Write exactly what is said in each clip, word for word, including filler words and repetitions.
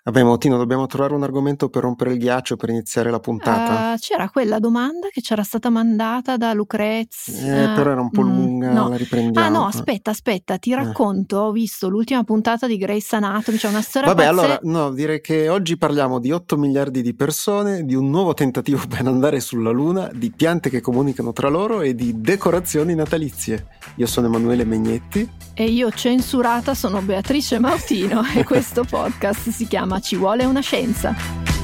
Vabbè, Mautino, dobbiamo trovare un argomento per rompere il ghiaccio, per iniziare la puntata. Uh, c'era quella domanda che c'era stata mandata da Lucrezia. Eh, però era un po' mm, lunga, no. la riprendiamo. Ah no, aspetta, aspetta, ti racconto, ho visto l'ultima puntata di Grey's Anatomy, c'è una storia Vabbè, pazze- allora, no, direi che oggi parliamo di otto miliardi di persone, di un nuovo tentativo per andare sulla Luna, di piante che comunicano tra loro e di decorazioni natalizie. Io sono Emanuele Megnetti. E io censurata sono Beatrice Mautino e questo podcast si chiama Ci vuole una scienza.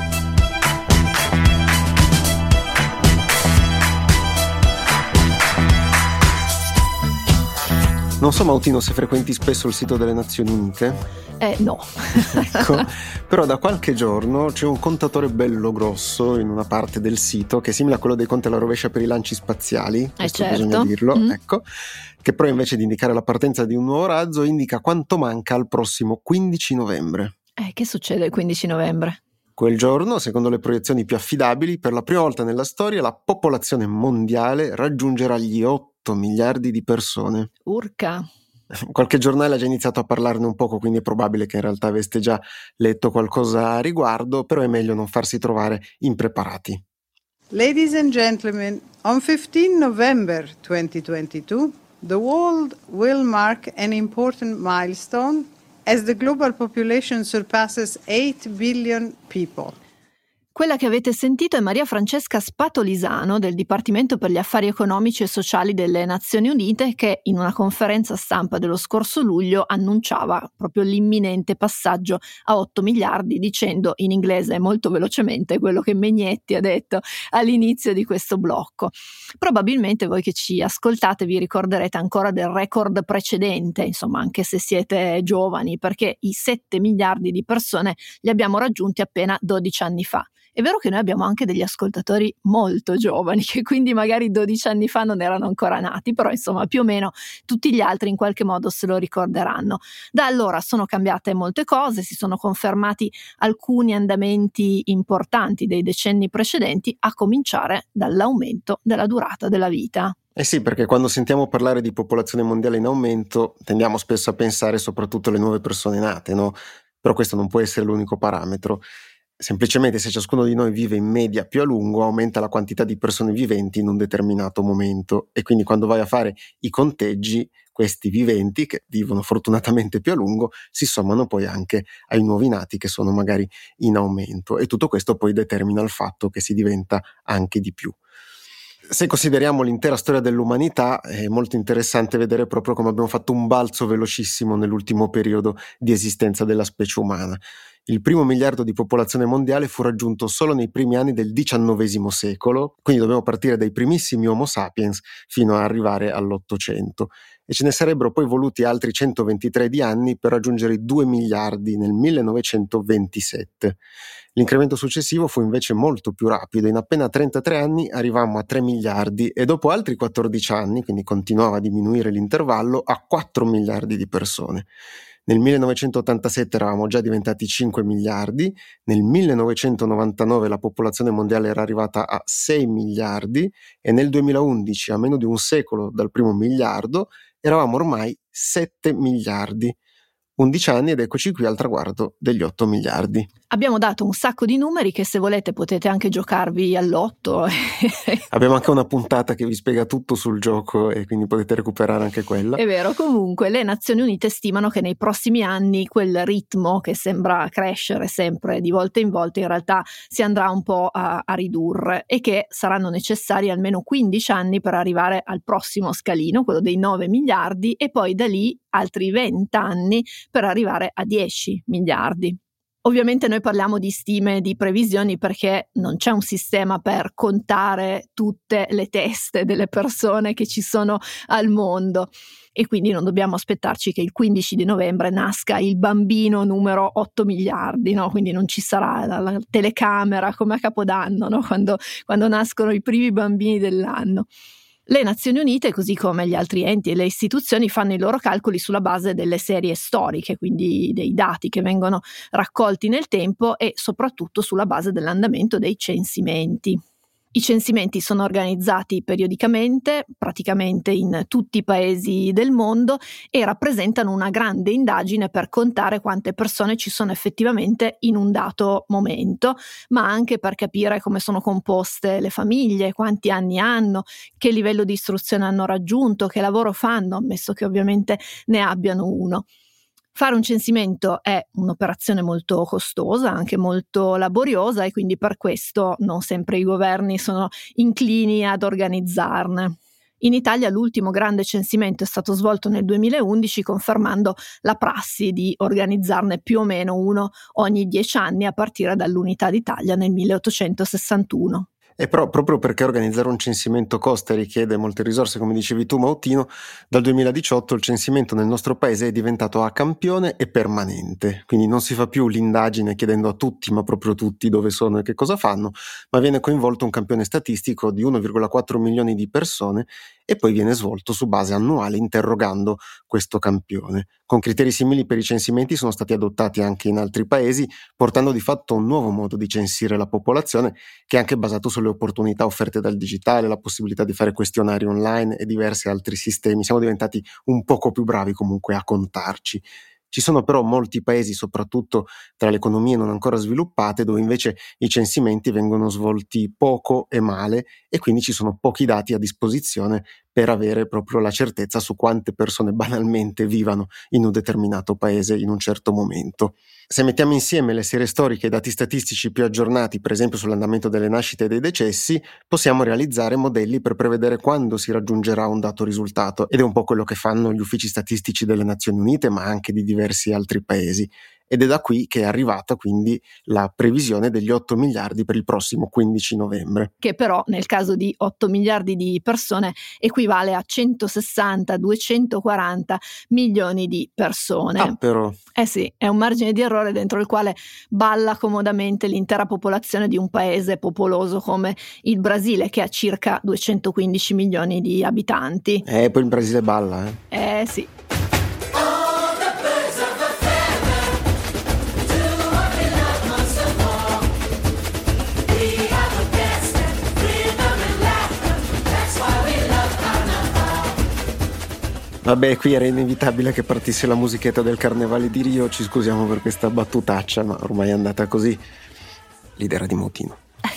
Non so, Mautino, se frequenti spesso il sito delle Nazioni Unite. Eh no. Ecco, però da qualche giorno c'è un contatore bello grosso in una parte del sito che è simile a quello dei conti alla rovescia per i lanci spaziali, questo eh certo. bisogna dirlo, mm. ecco, che però invece di indicare la partenza di un nuovo razzo indica quanto manca al prossimo quindici novembre. Eh, che succede il quindici novembre? Quel giorno, secondo le proiezioni più affidabili, per la prima volta nella storia la popolazione mondiale raggiungerà gli otto miliardi di persone. Urca! Qualche giornale ha già iniziato a parlarne un poco, quindi è probabile che in realtà aveste già letto qualcosa a riguardo, però è meglio non farsi trovare impreparati. Ladies and gentlemen, on fifteenth November twenty twenty-two, the world will mark an important milestone as the global population surpasses eight billion people. Quella che avete sentito è Maria Francesca Spatolisano del Dipartimento per gli Affari Economici e Sociali delle Nazioni Unite, che in una conferenza stampa dello scorso luglio annunciava proprio l'imminente passaggio a otto miliardi, dicendo in inglese molto velocemente quello che Megnetti ha detto all'inizio di questo blocco. Probabilmente voi che ci ascoltate vi ricorderete ancora del record precedente, insomma, anche se siete giovani, perché i sette miliardi di persone li abbiamo raggiunti appena dodici anni fa. È vero che noi abbiamo anche degli ascoltatori molto giovani, che quindi magari dodici anni fa non erano ancora nati, però insomma più o meno tutti gli altri in qualche modo se lo ricorderanno. Da allora sono cambiate molte cose, si sono confermati alcuni andamenti importanti dei decenni precedenti, a cominciare dall'aumento della durata della vita. Eh sì, perché quando sentiamo parlare di popolazione mondiale in aumento tendiamo spesso a pensare soprattutto alle nuove persone nate, no? Però questo non può essere l'unico parametro. Semplicemente se ciascuno di noi vive in media più a lungo aumenta la quantità di persone viventi in un determinato momento, e quindi quando vai a fare i conteggi questi viventi che vivono fortunatamente più a lungo si sommano poi anche ai nuovi nati che sono magari in aumento, e tutto questo poi determina il fatto che si diventa anche di più. Se consideriamo l'intera storia dell'umanità è molto interessante vedere proprio come abbiamo fatto un balzo velocissimo nell'ultimo periodo di esistenza della specie umana. Il primo miliardo di popolazione mondiale fu raggiunto solo nei primi anni del diciannovesimo secolo, quindi dobbiamo partire dai primissimi Homo sapiens fino ad arrivare all'Ottocento, e ce ne sarebbero poi voluti altri centoventitré di anni per raggiungere i due miliardi nel millenovecentoventisette. L'incremento successivo fu invece molto più rapido, in appena trentatré anni arrivammo a tre miliardi e dopo altri quattordici anni, quindi continuava a diminuire l'intervallo, a quattro miliardi di persone. Nel millenovecentottantasette eravamo già diventati cinque miliardi, nel millenovecentonovantanove la popolazione mondiale era arrivata a sei miliardi e nel duemilaundici, a meno di un secolo dal primo miliardo, eravamo ormai sette miliardi. undici anni ed eccoci qui al traguardo degli otto miliardi. Abbiamo dato un sacco di numeri che se volete potete anche giocarvi all'otto. Abbiamo anche una puntata che vi spiega tutto sul gioco e quindi potete recuperare anche quella. È vero, comunque le Nazioni Unite stimano che nei prossimi anni quel ritmo che sembra crescere sempre di volta in volta in realtà si andrà un po' a, a ridurre, e che saranno necessari almeno quindici anni per arrivare al prossimo scalino, quello dei nove miliardi, e poi da lì altri venti anni per arrivare a dieci miliardi. Ovviamente noi parliamo di stime, di previsioni, perché non c'è un sistema per contare tutte le teste delle persone che ci sono al mondo, e quindi non dobbiamo aspettarci che il quindici di novembre nasca il bambino numero otto miliardi, no? Quindi non ci sarà la, la telecamera come a Capodanno, no? Quando, quando nascono i primi bambini dell'anno. Le Nazioni Unite, così come gli altri enti e le istituzioni, fanno i loro calcoli sulla base delle serie storiche, quindi dei dati che vengono raccolti nel tempo, e soprattutto sulla base dell'andamento dei censimenti. I censimenti sono organizzati periodicamente, praticamente in tutti i paesi del mondo, e rappresentano una grande indagine per contare quante persone ci sono effettivamente in un dato momento, ma anche per capire come sono composte le famiglie, quanti anni hanno, che livello di istruzione hanno raggiunto, che lavoro fanno, ammesso che ovviamente ne abbiano uno. Fare un censimento è un'operazione molto costosa, anche molto laboriosa, e quindi per questo non sempre i governi sono inclini ad organizzarne. In Italia l'ultimo grande censimento è stato svolto nel duemilaundici, confermando la prassi di organizzarne più o meno uno ogni dieci anni a partire dall'Unità d'Italia nel milleottocentosessantuno. E però proprio perché organizzare un censimento costa e richiede molte risorse, come dicevi tu Mautino, dal duemiladiciotto il censimento nel nostro paese è diventato a campione e permanente, quindi non si fa più l'indagine chiedendo a tutti, ma proprio tutti, dove sono e che cosa fanno, ma viene coinvolto un campione statistico di uno virgola quattro milioni di persone e poi viene svolto su base annuale interrogando questo campione. Con criteri simili per i censimenti sono stati adottati anche in altri paesi, portando di fatto un nuovo modo di censire la popolazione che è anche basato sulle opportunità offerte dal digitale, la possibilità di fare questionari online e diversi altri sistemi. Siamo diventati un poco più bravi comunque a contarci. Ci sono però molti paesi, soprattutto tra le economie non ancora sviluppate, dove invece i censimenti vengono svolti poco e male e quindi ci sono pochi dati a disposizione per avere proprio la certezza su quante persone banalmente vivano in un determinato paese in un certo momento. Se mettiamo insieme le serie storiche e i dati statistici più aggiornati, per esempio sull'andamento delle nascite e dei decessi, possiamo realizzare modelli per prevedere quando si raggiungerà un dato risultato, ed è un po' quello che fanno gli uffici statistici delle Nazioni Unite, ma anche di diversi altri paesi. Ed è da qui che è arrivata quindi la previsione degli otto miliardi per il prossimo quindici novembre. Che però nel caso di otto miliardi di persone equivale a centosessanta duecentoquaranta milioni di persone. Ah, però. Eh sì, è un margine di errore dentro il quale balla comodamente l'intera popolazione di un paese popoloso come il Brasile, che ha circa duecentoquindici milioni di abitanti. Eh, poi il Brasile balla, eh. Eh sì. Vabbè, qui era inevitabile che partisse la musichetta del Carnevale di Rio, ci scusiamo per questa battutaccia, ma ormai è andata così. L'idea di Mautino.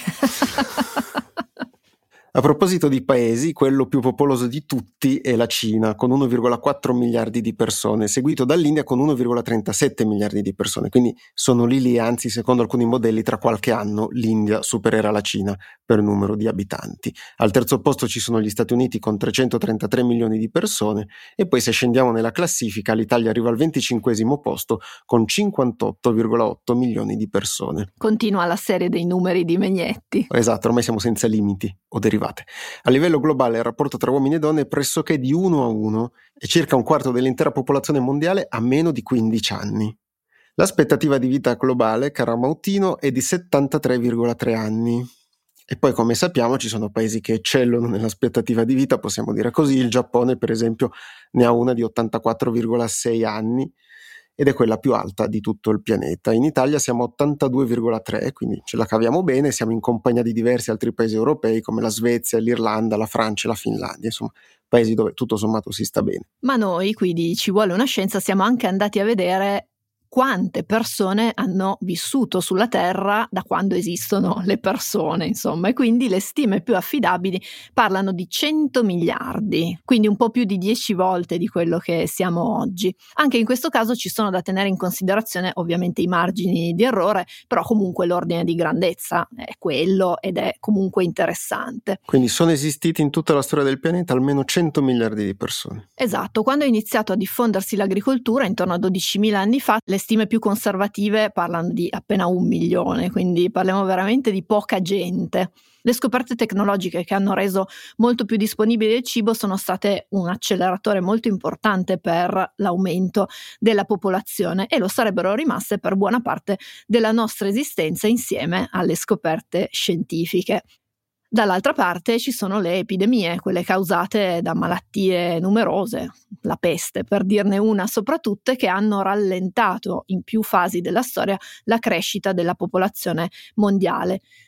A proposito di paesi, quello più popoloso di tutti è la Cina, con uno virgola quattro miliardi di persone, seguito dall'India con uno virgola trentasette miliardi di persone, quindi sono lì lì, anzi secondo alcuni modelli tra qualche anno l'India supererà la Cina per numero di abitanti. Al terzo posto ci sono gli Stati Uniti con trecentotrentatré milioni di persone e poi se scendiamo nella classifica l'Italia arriva al venticinquesimo posto con cinquantotto virgola otto milioni di persone. Continua la serie dei numeri di Megnetti. Esatto, ormai siamo senza limiti o derivati. A livello globale il rapporto tra uomini e donne è pressoché di uno a uno e circa un quarto dell'intera popolazione mondiale ha meno di quindici anni. L'aspettativa di vita globale, caro Mautino, è di settantatré virgola tre anni. E poi, come sappiamo, ci sono paesi che eccellono nell'aspettativa di vita, possiamo dire così. Il Giappone, per esempio, ne ha una di ottantaquattro virgola sei anni ed è quella più alta di tutto il pianeta. In Italia siamo a ottantadue virgola tre, quindi ce la caviamo bene, siamo in compagnia di diversi altri paesi europei come la Svezia, l'Irlanda, la Francia e la Finlandia, insomma paesi dove tutto sommato si sta bene. Ma noi, qui di Ci vuole una scienza, siamo anche andati a vedere quante persone hanno vissuto sulla Terra da quando esistono le persone, insomma, e quindi le stime più affidabili parlano di cento miliardi, quindi un po' più di dieci volte di quello che siamo oggi. Anche in questo caso ci sono da tenere in considerazione ovviamente i margini di errore, però comunque l'ordine di grandezza è quello ed è comunque interessante. Quindi sono esistiti in tutta la storia del pianeta almeno cento miliardi di persone. Esatto, quando è iniziato a diffondersi l'agricoltura, intorno a dodicimila anni fa, le stime più conservative parlano di appena un milione, quindi parliamo veramente di poca gente. Le scoperte tecnologiche che hanno reso molto più disponibile il cibo sono state un acceleratore molto importante per l'aumento della popolazione e lo sarebbero rimaste per buona parte della nostra esistenza insieme alle scoperte scientifiche. Dall'altra parte ci sono le epidemie, quelle causate da malattie numerose, la peste per dirne una soprattutto, che hanno rallentato in più fasi della storia la crescita della popolazione mondiale.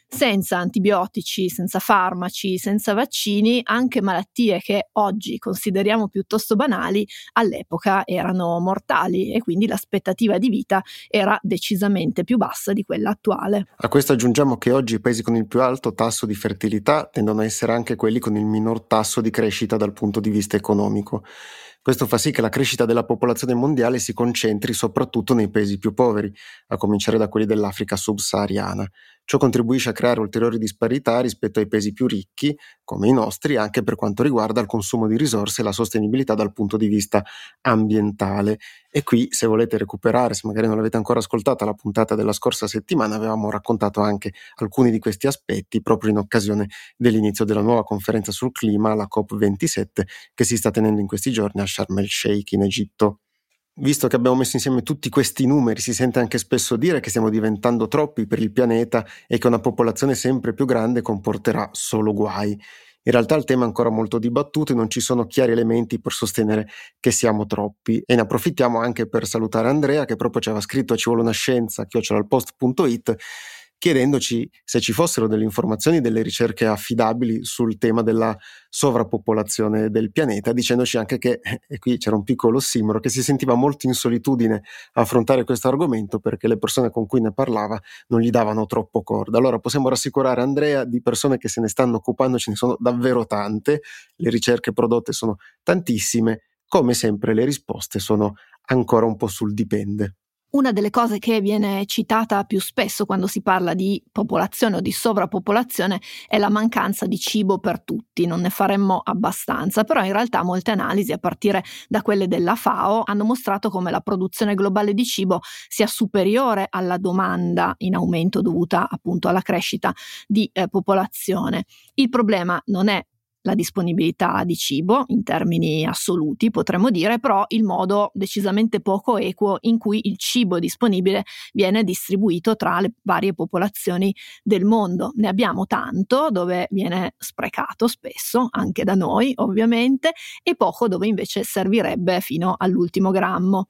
Senza antibiotici, senza farmaci, senza vaccini, anche malattie che oggi consideriamo piuttosto banali, all'epoca erano mortali e quindi l'aspettativa di vita era decisamente più bassa di quella attuale. A questo aggiungiamo che oggi i paesi con il più alto tasso di fertilità tendono a essere anche quelli con il minor tasso di crescita dal punto di vista economico. Questo fa sì che la crescita della popolazione mondiale si concentri soprattutto nei paesi più poveri, a cominciare da quelli dell'Africa subsahariana. Ciò contribuisce a creare ulteriori disparità rispetto ai paesi più ricchi, come i nostri, anche per quanto riguarda il consumo di risorse e la sostenibilità dal punto di vista ambientale. E qui, se volete recuperare, se magari non l'avete ancora ascoltata, la puntata della scorsa settimana, avevamo raccontato anche alcuni di questi aspetti proprio in occasione dell'inizio della nuova conferenza sul clima, la COP ventisette, che si sta tenendo in questi giorni a Sharm el Sheikh in Egitto. Visto che abbiamo messo insieme tutti questi numeri, si sente anche spesso dire che stiamo diventando troppi per il pianeta e che una popolazione sempre più grande comporterà solo guai. In realtà il tema è ancora molto dibattuto e non ci sono chiari elementi per sostenere che siamo troppi. E ne approfittiamo anche per salutare Andrea, che proprio ci aveva scritto a ci vuole una scienza chiocciola al post punto it, chiedendoci se ci fossero delle informazioni, delle ricerche affidabili sul tema della sovrappopolazione del pianeta, dicendoci anche che, e qui c'era un piccolo ossimoro, che si sentiva molto in solitudine a affrontare questo argomento perché le persone con cui ne parlava non gli davano troppo corda. Allora possiamo rassicurare Andrea, di persone che se ne stanno occupando ce ne sono davvero tante, le ricerche prodotte sono tantissime, come sempre le risposte sono ancora un po' sul dipende. Una delle cose che viene citata più spesso quando si parla di popolazione o di sovrappopolazione è la mancanza di cibo per tutti, non ne faremmo abbastanza, però in realtà molte analisi, a partire da quelle della FAO, hanno mostrato come la produzione globale di cibo sia superiore alla domanda in aumento dovuta appunto alla crescita di eh, popolazione. Il problema non è la disponibilità di cibo in termini assoluti, potremmo dire, però il modo decisamente poco equo in cui il cibo disponibile viene distribuito tra le varie popolazioni del mondo. Ne abbiamo tanto dove viene sprecato spesso, anche da noi ovviamente, e poco dove invece servirebbe fino all'ultimo grammo.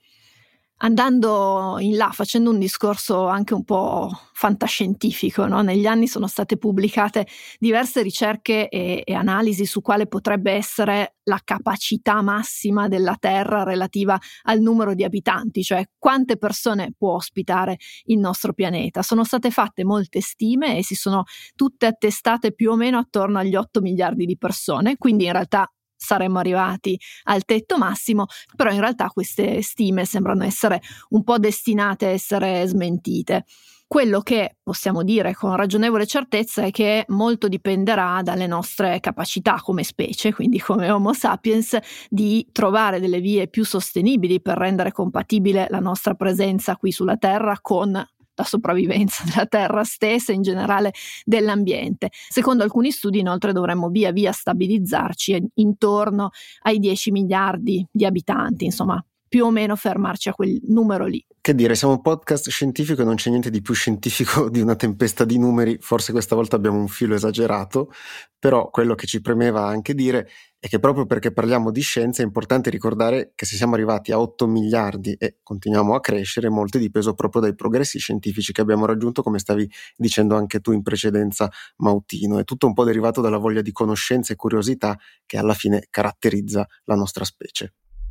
Andando in là, facendo un discorso anche un po' fantascientifico, no? Negli anni sono state pubblicate diverse ricerche e, e analisi su quale potrebbe essere la capacità massima della Terra relativa al numero di abitanti, cioè quante persone può ospitare il nostro pianeta. Sono state fatte molte stime e si sono tutte attestate più o meno attorno agli otto miliardi di persone, quindi in realtà saremmo arrivati al tetto massimo, però in realtà queste stime sembrano essere un po' destinate a essere smentite. Quello che possiamo dire con ragionevole certezza è che molto dipenderà dalle nostre capacità come specie, quindi come Homo sapiens, di trovare delle vie più sostenibili per rendere compatibile la nostra presenza qui sulla Terra con la sopravvivenza della Terra stessa e in generale dell'ambiente. Secondo alcuni studi, inoltre, dovremmo via via stabilizzarci intorno ai dieci miliardi di abitanti, insomma, più o meno fermarci a quel numero lì. Che dire, siamo un podcast scientifico e non c'è niente di più scientifico di una tempesta di numeri, forse questa volta abbiamo un filo esagerato, però quello che ci premeva anche dire è che proprio perché parliamo di scienza è importante ricordare che se siamo arrivati a otto miliardi e continuiamo a crescere, molto è dipeso proprio dai progressi scientifici che abbiamo raggiunto, come stavi dicendo anche tu in precedenza, Mautino. È tutto un po' derivato dalla voglia di conoscenza e curiosità che alla fine caratterizza la nostra specie.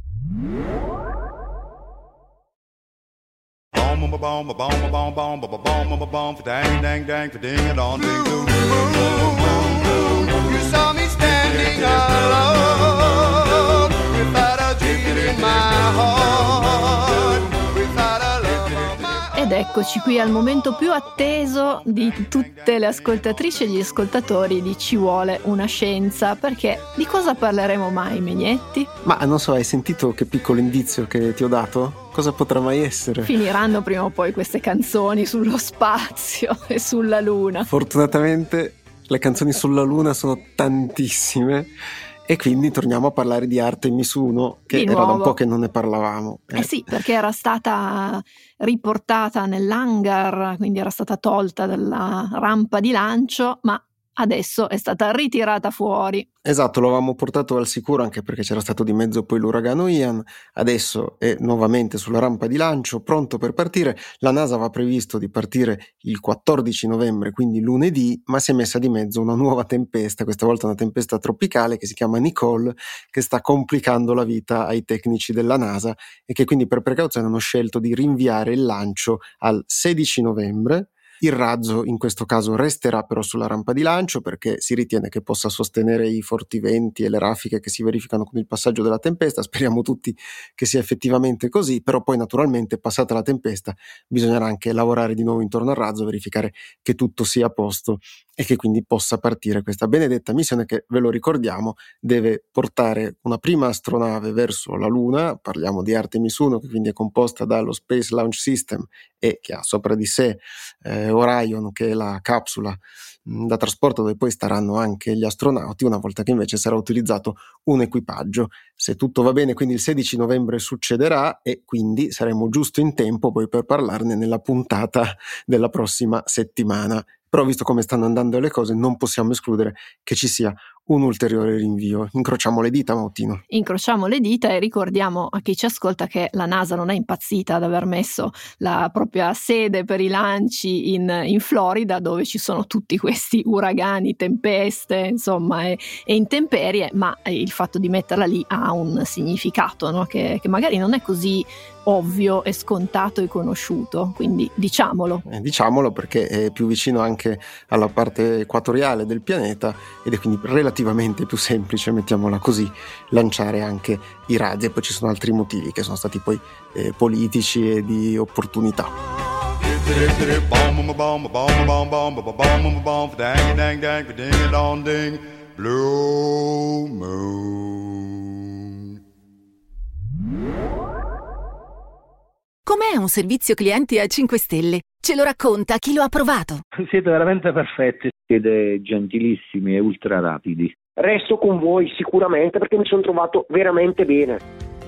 Ed eccoci qui al momento più atteso di tutte le ascoltatrici e gli ascoltatori di Ci vuole una scienza, perché di cosa parleremo mai, Megnetti? Ma non so, hai sentito che piccolo indizio che ti ho dato? Cosa potrà mai essere? Finiranno prima o poi queste canzoni sullo spazio e sulla Luna. Fortunatamente le canzoni sulla Luna sono tantissime e quindi torniamo a parlare di Artemis uno, che era da un po' che non ne parlavamo. Eh. eh sì, perché era stata riportata nell'hangar, quindi era stata tolta dalla rampa di lancio, ma adesso è stata ritirata fuori. Esatto, lo avevamo portato al sicuro anche perché c'era stato di mezzo poi l'uragano Ian, adesso è nuovamente sulla rampa di lancio, pronto per partire. La NASA aveva previsto di partire il quattordici novembre, quindi lunedì, ma si è messa di mezzo una nuova tempesta, questa volta una tempesta tropicale che si chiama Nicole, che sta complicando la vita ai tecnici della NASA e che quindi per precauzione hanno scelto di rinviare il lancio al sedici novembre. Il razzo in questo caso resterà però sulla rampa di lancio perché si ritiene che possa sostenere i forti venti e le raffiche che si verificano con il passaggio della tempesta. Speriamo tutti che sia effettivamente così, però poi naturalmente passata la tempesta bisognerà anche lavorare di nuovo intorno al razzo, verificare che tutto sia a posto e che quindi possa partire questa benedetta missione che, ve lo ricordiamo, deve portare una prima astronave verso la Luna. Parliamo di Artemis uno, che quindi è composta dallo Space Launch System e che ha sopra di sé eh, Orion, che è la capsula mh, da trasporto dove poi staranno anche gli astronauti, una volta che invece sarà utilizzato un equipaggio. Se tutto va bene, quindi il sedici novembre succederà e quindi saremo giusto in tempo poi per parlarne nella puntata della prossima settimana. Però visto come stanno andando le cose non possiamo escludere che ci sia un ulteriore rinvio. Incrociamo le dita, Mautino. Incrociamo le dita e ricordiamo a chi ci ascolta che la NASA non è impazzita ad aver messo la propria sede per i lanci in, in Florida, dove ci sono tutti questi uragani, tempeste, insomma, e, e intemperie, ma il fatto di metterla lì ha un significato, no? che, che magari non è così ovvio e scontato e conosciuto, quindi diciamolo. Eh, diciamolo perché è più vicino anche alla parte equatoriale del pianeta ed è quindi relativamente più semplice, mettiamola così, lanciare anche i razzi. E poi ci sono altri motivi che sono stati poi eh, politici e di opportunità. Com'è un servizio clienti a cinque stelle? Ce lo racconta chi lo ha provato. Siete veramente perfetti, siete gentilissimi e ultra rapidi. Resto con voi sicuramente perché mi sono trovato veramente bene.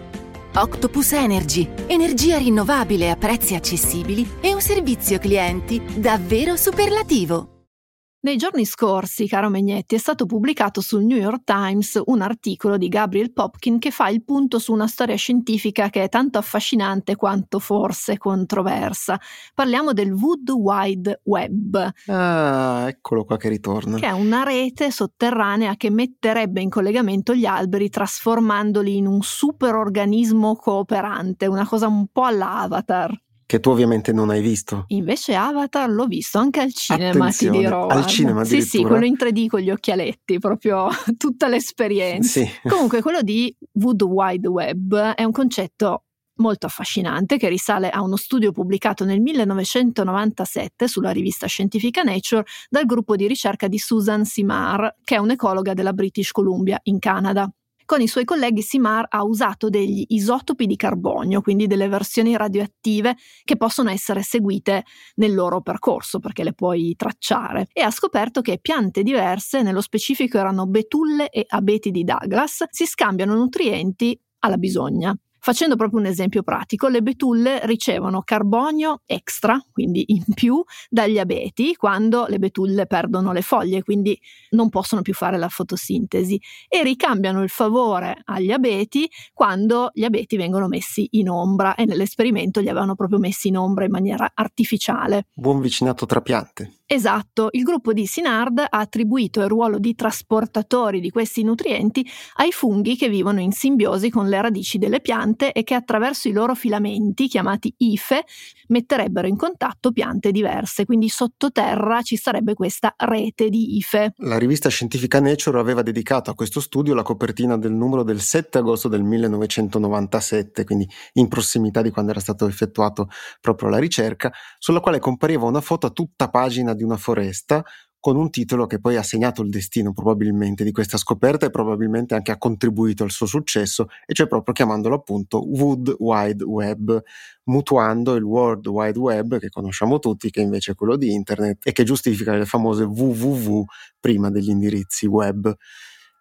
Octopus Energy, energia rinnovabile a prezzi accessibili e un servizio clienti davvero superlativo. Nei giorni scorsi, caro Megnetti, è stato pubblicato sul New York Times un articolo di Gabriel Popkin che fa il punto su una storia scientifica che è tanto affascinante quanto forse controversa. Parliamo del World Wide Web. Ah, eccolo qua che ritorna. Che è una rete sotterranea che metterebbe in collegamento gli alberi trasformandoli in un superorganismo cooperante, una cosa un po' alla Avatar. Che tu ovviamente non hai visto. Invece Avatar l'ho visto anche al cinema, Attenzione, ti dirò. al guarda. cinema Sì, sì, addirittura? quello in tre D con gli occhialetti, proprio tutta l'esperienza. Sì. Comunque quello di World Wide Web è un concetto molto affascinante che risale a uno studio pubblicato nel millenovecentonovantasette sulla rivista scientifica Nature dal gruppo di ricerca di Susan Simard, che è un'ecologa della British Columbia in Canada. Con i suoi colleghi Simard ha usato degli isotopi di carbonio, quindi delle versioni radioattive che possono essere seguite nel loro percorso perché le puoi tracciare, e ha scoperto che piante diverse, nello specifico erano betulle e abeti di Douglas, si scambiano nutrienti alla bisogna. Facendo proprio un esempio pratico, le betulle ricevono carbonio extra, quindi in più, dagli abeti quando le betulle perdono le foglie, quindi non possono più fare la fotosintesi, e ricambiano il favore agli abeti quando gli abeti vengono messi in ombra, e nell'esperimento li avevano proprio messi in ombra in maniera artificiale. Buon vicinato tra piante. Esatto, il gruppo di Simard ha attribuito il ruolo di trasportatori di questi nutrienti ai funghi che vivono in simbiosi con le radici delle piante e che attraverso i loro filamenti, chiamati ife, metterebbero in contatto piante diverse, quindi sottoterra ci sarebbe questa rete di ife. La rivista scientifica Nature aveva dedicato a questo studio la copertina del numero del sette agosto del millenovecentonovantasette, quindi in prossimità di quando era stato effettuato proprio la ricerca, sulla quale compariva una foto a tutta pagina di una foresta con un titolo che poi ha segnato il destino probabilmente di questa scoperta e probabilmente anche ha contribuito al suo successo, e cioè proprio chiamandolo appunto World Wide Web, mutuando il World Wide Web che conosciamo tutti, che invece è quello di internet e che giustifica le famose www prima degli indirizzi web.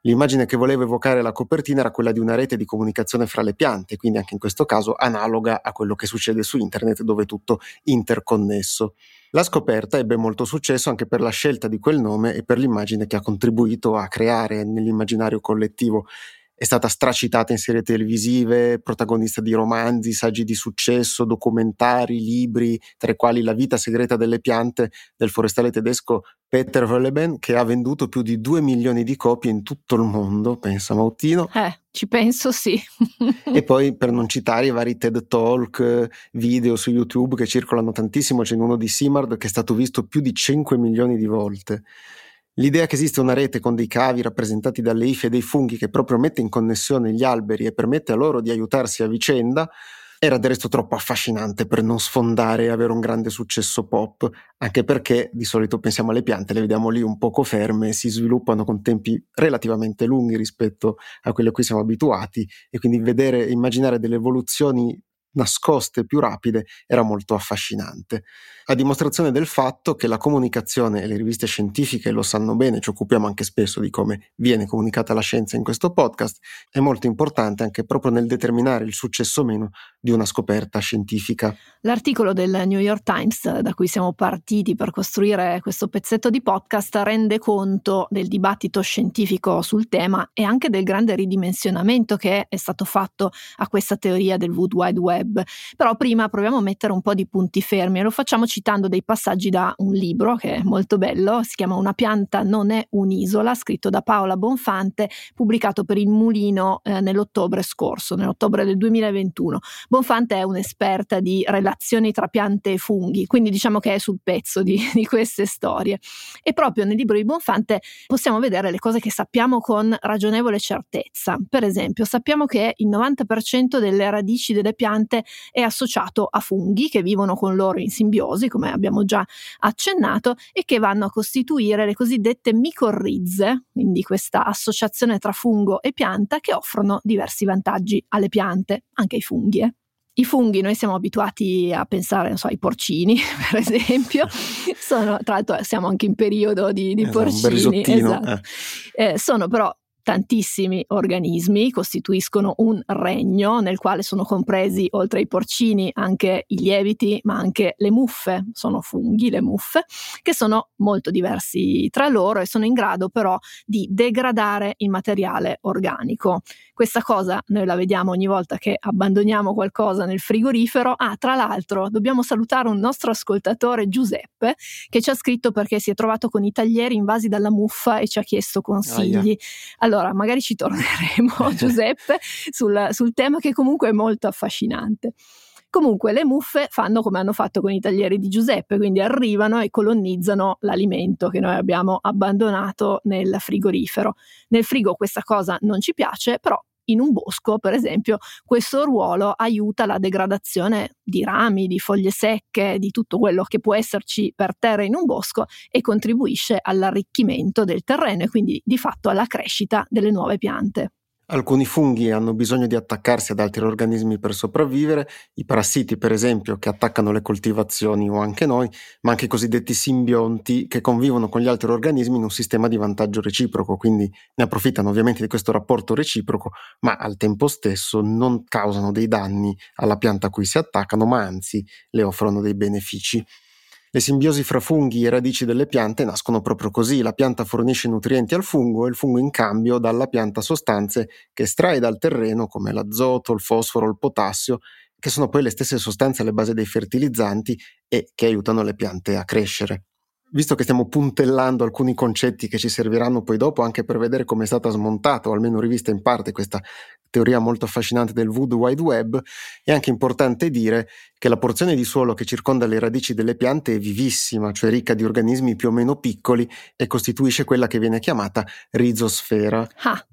L'immagine che voleva evocare la copertina era quella di una rete di comunicazione fra le piante, quindi anche in questo caso analoga a quello che succede su internet, dove è tutto interconnesso. La scoperta ebbe molto successo anche per la scelta di quel nome e per l'immagine che ha contribuito a creare nell'immaginario collettivo. È stata stracitata in serie televisive, protagonista di romanzi, saggi di successo, documentari, libri, tra i quali La vita segreta delle piante del forestale tedesco Peter Wolleben, che ha venduto più di due milioni di copie in tutto il mondo, pensa Mautino. Eh, ci penso, sì. E poi, per non citare i vari TED Talk, video su YouTube che circolano tantissimo, c'è uno di Simard che è stato visto più di cinque milioni di volte. L'idea che esiste una rete con dei cavi rappresentati dalle ife e dei funghi che proprio mette in connessione gli alberi e permette a loro di aiutarsi a vicenda era del resto troppo affascinante per non sfondare e avere un grande successo pop, anche perché di solito pensiamo alle piante, le vediamo lì un poco ferme, si sviluppano con tempi relativamente lunghi rispetto a quelli a cui siamo abituati, e quindi vedere e immaginare delle evoluzioni nascoste più rapide era molto affascinante, a dimostrazione del fatto che la comunicazione, e le riviste scientifiche lo sanno bene, ci occupiamo anche spesso di come viene comunicata la scienza in questo podcast, è molto importante anche proprio nel determinare il successo o meno di una scoperta scientifica. L'articolo del New York Times, da cui siamo partiti per costruire questo pezzetto di podcast, rende conto del dibattito scientifico sul tema e anche del grande ridimensionamento che è stato fatto a questa teoria del World Wide Web. Però prima proviamo a mettere un po' di punti fermi e lo facciamo citando dei passaggi da un libro che è molto bello, si chiama Una pianta non è un'isola, scritto da Paola Bonfante, pubblicato per Il Mulino eh, nell'ottobre scorso, nell'ottobre del duemilaventuno. Bonfante è un'esperta di relazioni tra piante e funghi, quindi diciamo che è sul pezzo di, di queste storie. E proprio nel libro di Bonfante possiamo vedere le cose che sappiamo con ragionevole certezza. Per esempio, sappiamo che il novanta per cento delle radici delle piante è associato a funghi che vivono con loro in simbiosi, come abbiamo già accennato, e che vanno a costituire le cosiddette micorrize, quindi questa associazione tra fungo e pianta che offrono diversi vantaggi alle piante, anche ai funghi. Eh. I funghi, noi siamo abituati a pensare, non so, ai porcini, per esempio, sono, tra l'altro siamo anche in periodo di, di esatto, porcini, esatto. eh. Eh, sono però tantissimi organismi, costituiscono un regno nel quale sono compresi, oltre ai porcini, anche i lieviti, ma anche le muffe, sono funghi le muffe, che sono molto diversi tra loro e sono in grado però di degradare il materiale organico. Questa cosa noi la vediamo ogni volta che abbandoniamo qualcosa nel frigorifero. Ah, tra l'altro dobbiamo salutare un nostro ascoltatore, Giuseppe, che ci ha scritto perché si è trovato con i taglieri invasi dalla muffa e ci ha chiesto consigli. Aia. Allora, magari ci torneremo, Giuseppe, sul, sul tema che comunque è molto affascinante. Comunque le muffe fanno come hanno fatto con i taglieri di Giuseppe, quindi arrivano e colonizzano l'alimento che noi abbiamo abbandonato nel frigorifero. Nel frigo questa cosa non ci piace, però in un bosco, per esempio, questo ruolo aiuta la degradazione di rami, di foglie secche, di tutto quello che può esserci per terra in un bosco e contribuisce all'arricchimento del terreno e quindi di fatto alla crescita delle nuove piante. Alcuni funghi hanno bisogno di attaccarsi ad altri organismi per sopravvivere, i parassiti per esempio che attaccano le coltivazioni o anche noi, ma anche i cosiddetti simbionti che convivono con gli altri organismi in un sistema di vantaggio reciproco, quindi ne approfittano ovviamente di questo rapporto reciproco, ma al tempo stesso non causano dei danni alla pianta a cui si attaccano, ma anzi le offrono dei benefici. Le simbiosi fra funghi e radici delle piante nascono proprio così: la pianta fornisce nutrienti al fungo e il fungo in cambio dà alla pianta sostanze che estrae dal terreno come l'azoto, il fosforo, il potassio, che sono poi le stesse sostanze alle basi dei fertilizzanti e che aiutano le piante a crescere. Visto che stiamo puntellando alcuni concetti che ci serviranno poi dopo anche per vedere come è stata smontata o almeno rivista in parte questa teoria molto affascinante del World Wide Web, è anche importante dire che la porzione di suolo che circonda le radici delle piante è vivissima, cioè ricca di organismi più o meno piccoli, e costituisce quella che viene chiamata rizosfera. Ah,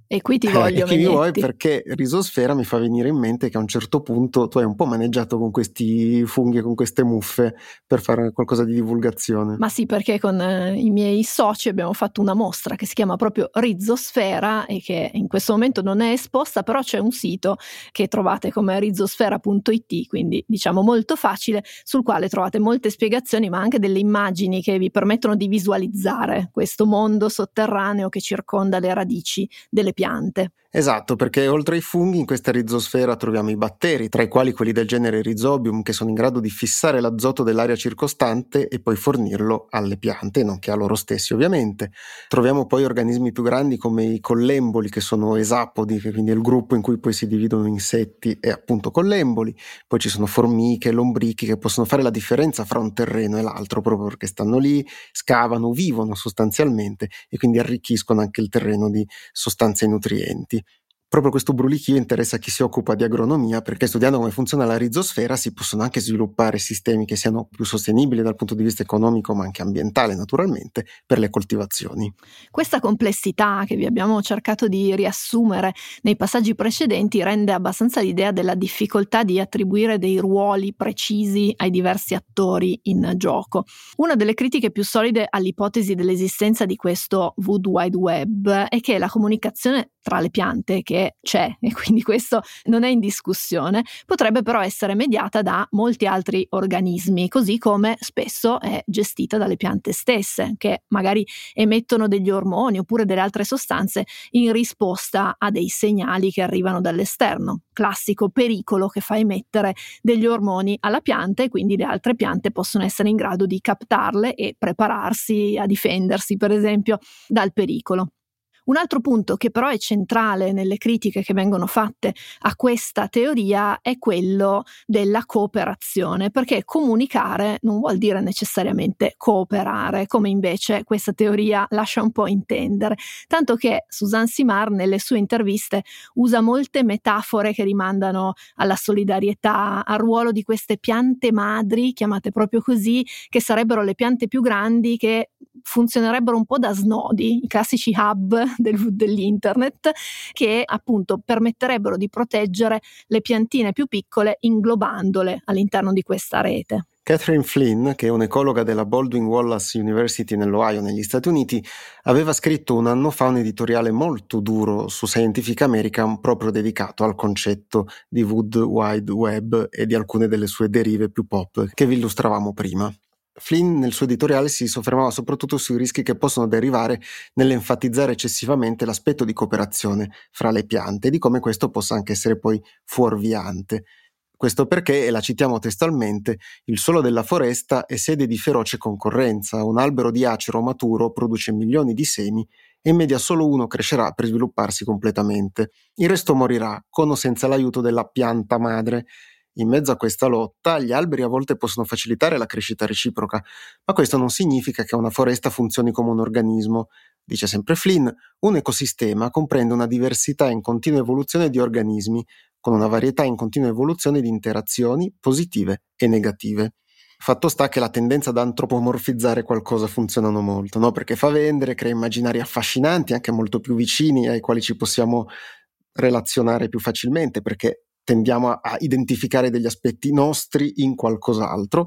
E qui ti voglio, eh, e qui mi vuoi Megnetti. perché Rizosfera mi fa venire in mente che a un certo punto tu hai un po' maneggiato con questi funghi e con queste muffe per fare qualcosa di divulgazione. Ma sì, perché con eh, i miei soci abbiamo fatto una mostra che si chiama proprio Rizosfera e che in questo momento non è esposta, però c'è un sito che trovate come rizosfera punto it, quindi diciamo molto facile, sul quale trovate molte spiegazioni ma anche delle immagini che vi permettono di visualizzare questo mondo sotterraneo che circonda le radici delle piante. Esatto, perché oltre ai funghi in questa rizosfera troviamo i batteri, tra i quali quelli del genere Rhizobium, che sono in grado di fissare l'azoto dell'aria circostante e poi fornirlo alle piante, nonché a loro stessi ovviamente. Troviamo poi organismi più grandi come i collemboli, che sono esapodi, che quindi è il gruppo in cui poi si dividono insetti e appunto collemboli. Poi ci sono formiche, lombrichi che possono fare la differenza fra un terreno e l'altro, proprio perché stanno lì, scavano, vivono sostanzialmente e quindi arricchiscono anche il terreno di sostanze nutrienti. Proprio questo brulichio interessa chi si occupa di agronomia, perché studiando come funziona la rizosfera si possono anche sviluppare sistemi che siano più sostenibili dal punto di vista economico ma anche ambientale naturalmente per le coltivazioni. Questa complessità che vi abbiamo cercato di riassumere nei passaggi precedenti rende abbastanza l'idea della difficoltà di attribuire dei ruoli precisi ai diversi attori in gioco. Una delle critiche più solide all'ipotesi dell'esistenza di questo World Wide Web è che la comunicazione tra le piante, che c'è e quindi questo non è in discussione, potrebbe però essere mediata da molti altri organismi, così come spesso è gestita dalle piante stesse, che magari emettono degli ormoni oppure delle altre sostanze in risposta a dei segnali che arrivano dall'esterno. Classico pericolo che fa emettere degli ormoni alla pianta e quindi le altre piante possono essere in grado di captarle e prepararsi a difendersi, per esempio, dal pericolo. Un altro punto che però è centrale nelle critiche che vengono fatte a questa teoria è quello della cooperazione, perché comunicare non vuol dire necessariamente cooperare, come invece questa teoria lascia un po' intendere, tanto che Suzanne Simard nelle sue interviste usa molte metafore che rimandano alla solidarietà, al ruolo di queste piante madri, chiamate proprio così, che sarebbero le piante più grandi che funzionerebbero un po' da snodi, i classici hub del, dell'internet, che appunto permetterebbero di proteggere le piantine più piccole inglobandole all'interno di questa rete. Catherine Flynn, che è un'ecologa della Baldwin Wallace University nell'Ohio negli Stati Uniti, aveva scritto un anno fa un editoriale molto duro su Scientific American proprio dedicato al concetto di World Wide Web e di alcune delle sue derive più pop che vi illustravamo prima. Flynn nel suo editoriale si soffermava soprattutto sui rischi che possono derivare nell'enfatizzare eccessivamente l'aspetto di cooperazione fra le piante e di come questo possa anche essere poi fuorviante. Questo perché, e la citiamo testualmente, il suolo della foresta è sede di feroce concorrenza. Un albero di acero maturo produce milioni di semi e in media solo uno crescerà per svilupparsi completamente. Il resto morirà, con o senza l'aiuto della pianta madre. In mezzo a questa lotta, gli alberi a volte possono facilitare la crescita reciproca, ma questo non significa che una foresta funzioni come un organismo. Dice sempre Flynn, un ecosistema comprende una diversità in continua evoluzione di organismi, con una varietà in continua evoluzione di interazioni positive e negative. Fatto sta che la tendenza ad antropomorfizzare qualcosa funzionano molto, no? Perché fa vendere, crea immaginari affascinanti, anche molto più vicini, ai quali ci possiamo relazionare più facilmente, perché tendiamo a, a identificare degli aspetti nostri in qualcos'altro.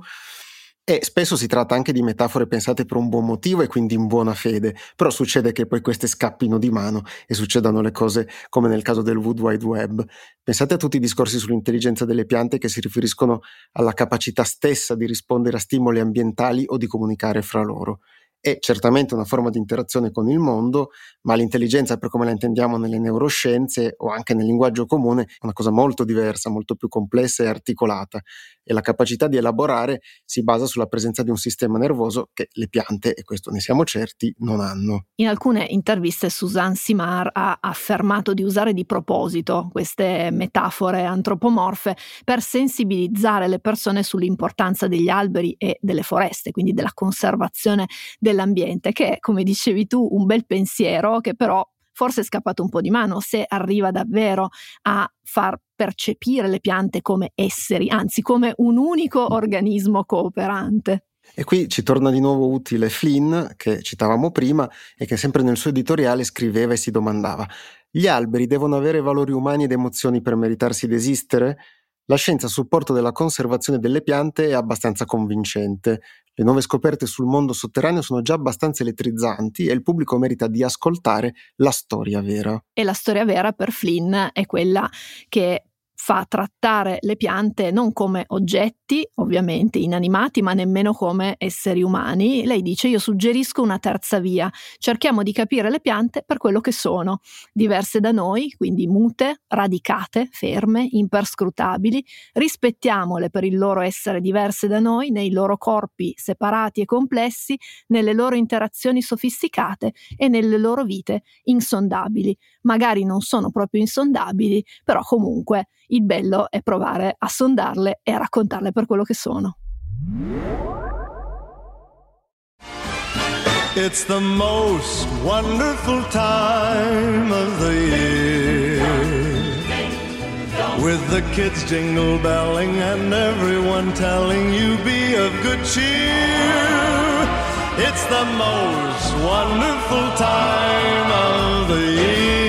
E spesso si tratta anche di metafore pensate per un buon motivo e quindi in buona fede, però succede che poi queste scappino di mano e succedano le cose come nel caso del World Wide Web. Pensate a tutti i discorsi sull'intelligenza delle piante che si riferiscono alla capacità stessa di rispondere a stimoli ambientali o di comunicare fra loro. È certamente una forma di interazione con il mondo, ma l'intelligenza, per come la intendiamo nelle neuroscienze o anche nel linguaggio comune, è una cosa molto diversa, molto più complessa e articolata, e la capacità di elaborare si basa sulla presenza di un sistema nervoso che le piante, e questo ne siamo certi, non hanno. In alcune interviste Suzanne Simard ha affermato di usare di proposito queste metafore antropomorfe per sensibilizzare le persone sull'importanza degli alberi e delle foreste, quindi della conservazione dell'ambiente, che è, come dicevi tu, un bel pensiero che però forse è scappato un po' di mano se arriva davvero a far percepire le piante come esseri, anzi come un unico organismo cooperante. E qui ci torna di nuovo utile Flynn, che citavamo prima e che sempre nel suo editoriale scriveva e si domandava: Gli alberi devono avere valori umani ed emozioni per meritarsi di esistere? La scienza a supporto della conservazione delle piante è abbastanza convincente. Le nuove scoperte sul mondo sotterraneo sono già abbastanza elettrizzanti e il pubblico merita di ascoltare la storia vera. E la storia vera per Flynn è quella che fa trattare le piante non come oggetti, ovviamente inanimati, ma nemmeno come esseri umani. Lei dice: io suggerisco una terza via, cerchiamo di capire le piante per quello che sono, diverse da noi, quindi mute, radicate, ferme, imperscrutabili, rispettiamole per il loro essere diverse da noi, nei loro corpi separati e complessi, nelle loro interazioni sofisticate e nelle loro vite insondabili. Magari non sono proprio insondabili, però comunque il bello è provare a sondarle e a raccontarle per quello che sono. It's the most wonderful time of the year, with the kids jingle belling and everyone telling you be of good cheer. It's the most wonderful time of the year.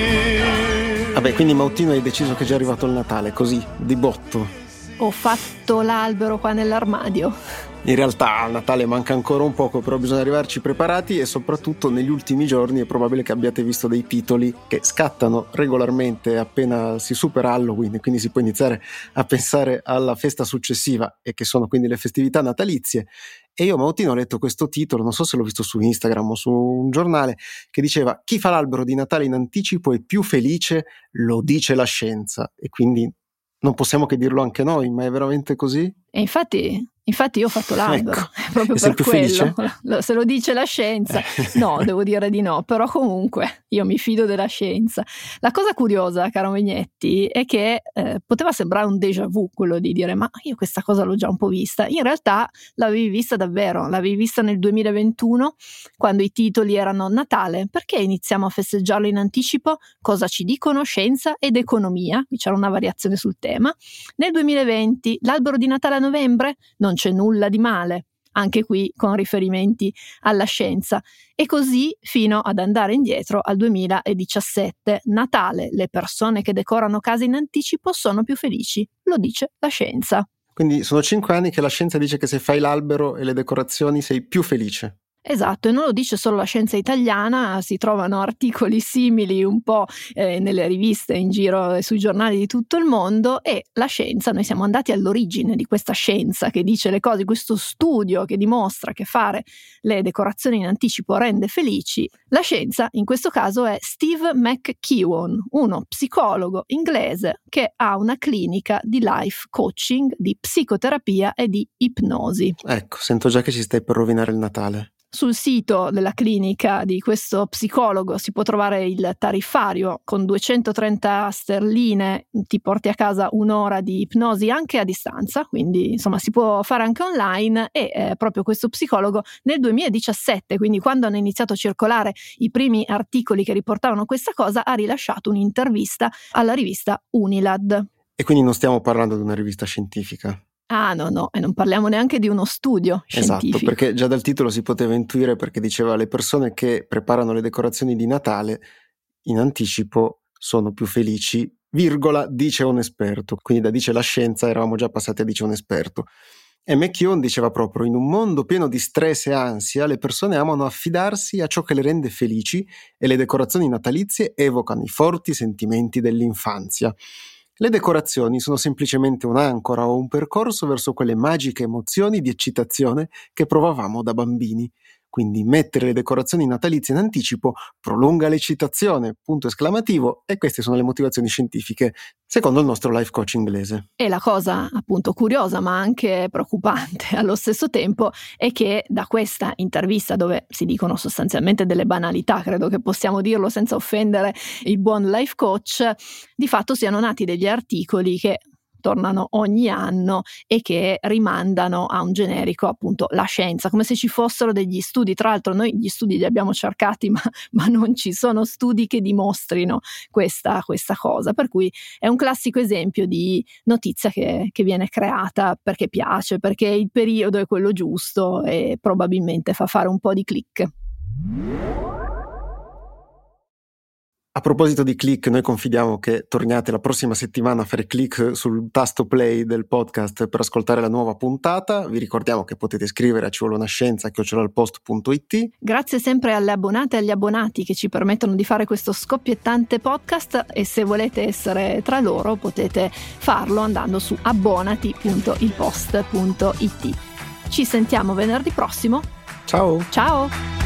Vabbè, quindi Mautino hai deciso che è già arrivato il Natale, così, di botto. Ho fatto l'albero qua nell'armadio. In realtà a Natale manca ancora un poco, però bisogna arrivarci preparati e soprattutto negli ultimi giorni è probabile che abbiate visto dei titoli che scattano regolarmente appena si supera Halloween e quindi si può iniziare a pensare alla festa successiva e che sono quindi le festività natalizie. E io Mautino ho letto questo titolo, non so se l'ho visto su Instagram o su un giornale, che diceva: chi fa l'albero di Natale in anticipo è più felice, lo dice la scienza. E quindi non possiamo che dirlo anche noi, ma è veramente così? E infatti... Infatti io ho fatto l'albero, ecco. proprio E sei per più quello, felice? Se lo dice la scienza, no, devo dire di no, però comunque io mi fido della scienza. La cosa curiosa, caro Megnetti, è che eh, poteva sembrare un déjà vu quello di dire ma io questa cosa l'ho già un po' vista, in realtà l'avevi vista davvero, l'avevi vista nel duemilaventuno quando i titoli erano Natale, perché iniziamo a festeggiarlo in anticipo? Cosa ci dicono scienza ed economia? Qui c'era una variazione sul tema. Nel duemilaventi l'albero di Natale a novembre? Non c'è nulla di male, anche qui con riferimenti alla scienza. E così fino ad andare indietro al duemiladiciassette. Natale, le persone che decorano case in anticipo sono più felici, lo dice la scienza. Quindi sono cinque anni che la scienza dice che se fai l'albero e le decorazioni sei più felice. Esatto, e non lo dice solo la scienza italiana, si trovano articoli simili un po' eh, nelle riviste in giro e sui giornali di tutto il mondo, e la scienza, noi siamo andati all'origine di questa scienza che dice le cose, questo studio che dimostra che fare le decorazioni in anticipo rende felici. La scienza in questo caso è Steve McKeown, uno psicologo inglese che ha una clinica di life coaching, di psicoterapia e di ipnosi. Ecco, sento già che ci stai per rovinare il Natale. Sul sito della clinica di questo psicologo si può trovare il tariffario con duecentotrenta sterline, ti porti a casa un'ora di ipnosi anche a distanza, quindi insomma si può fare anche online. E eh, proprio questo psicologo nel duemiladiciassette, quindi quando hanno iniziato a circolare i primi articoli che riportavano questa cosa, ha rilasciato un'intervista alla rivista Unilad. E quindi non stiamo parlando di una rivista scientifica? Ah no, no, e non parliamo neanche di uno studio scientifico. Esatto, perché già dal titolo si poteva intuire, perché diceva le persone che preparano le decorazioni di Natale in anticipo sono più felici, virgola, dice un esperto. Quindi da dice la scienza eravamo già passati a dice un esperto. E McKeown diceva proprio: in un mondo pieno di stress e ansia le persone amano affidarsi a ciò che le rende felici e le decorazioni natalizie evocano i forti sentimenti dell'infanzia. Le decorazioni sono semplicemente un'ancora o un percorso verso quelle magiche emozioni di eccitazione che provavamo da bambini. Quindi mettere le decorazioni natalizie in anticipo prolunga l'eccitazione, punto esclamativo, e queste sono le motivazioni scientifiche, secondo il nostro life coach inglese. E la cosa appunto curiosa ma anche preoccupante allo stesso tempo è che da questa intervista, dove si dicono sostanzialmente delle banalità, credo che possiamo dirlo senza offendere il buon life coach, di fatto siano nati degli articoli che tornano ogni anno e che rimandano a un generico, appunto, la scienza, come se ci fossero degli studi. Tra l'altro noi gli studi li abbiamo cercati, ma, ma non ci sono studi che dimostrino questa, questa cosa, per cui è un classico esempio di notizia che, che viene creata perché piace, perché il periodo è quello giusto e probabilmente fa fare un po' di click. A proposito di click, noi confidiamo che torniate la prossima settimana a fare click sul tasto play del podcast per ascoltare la nuova puntata. Vi ricordiamo che potete scrivere a ci vuole una scienza chiocciola il post punto it. Grazie sempre alle abbonate e agli abbonati che ci permettono di fare questo scoppiettante podcast, e se volete essere tra loro potete farlo andando su abbonati punto il post punto it. Ci sentiamo venerdì prossimo. Ciao! Ciao!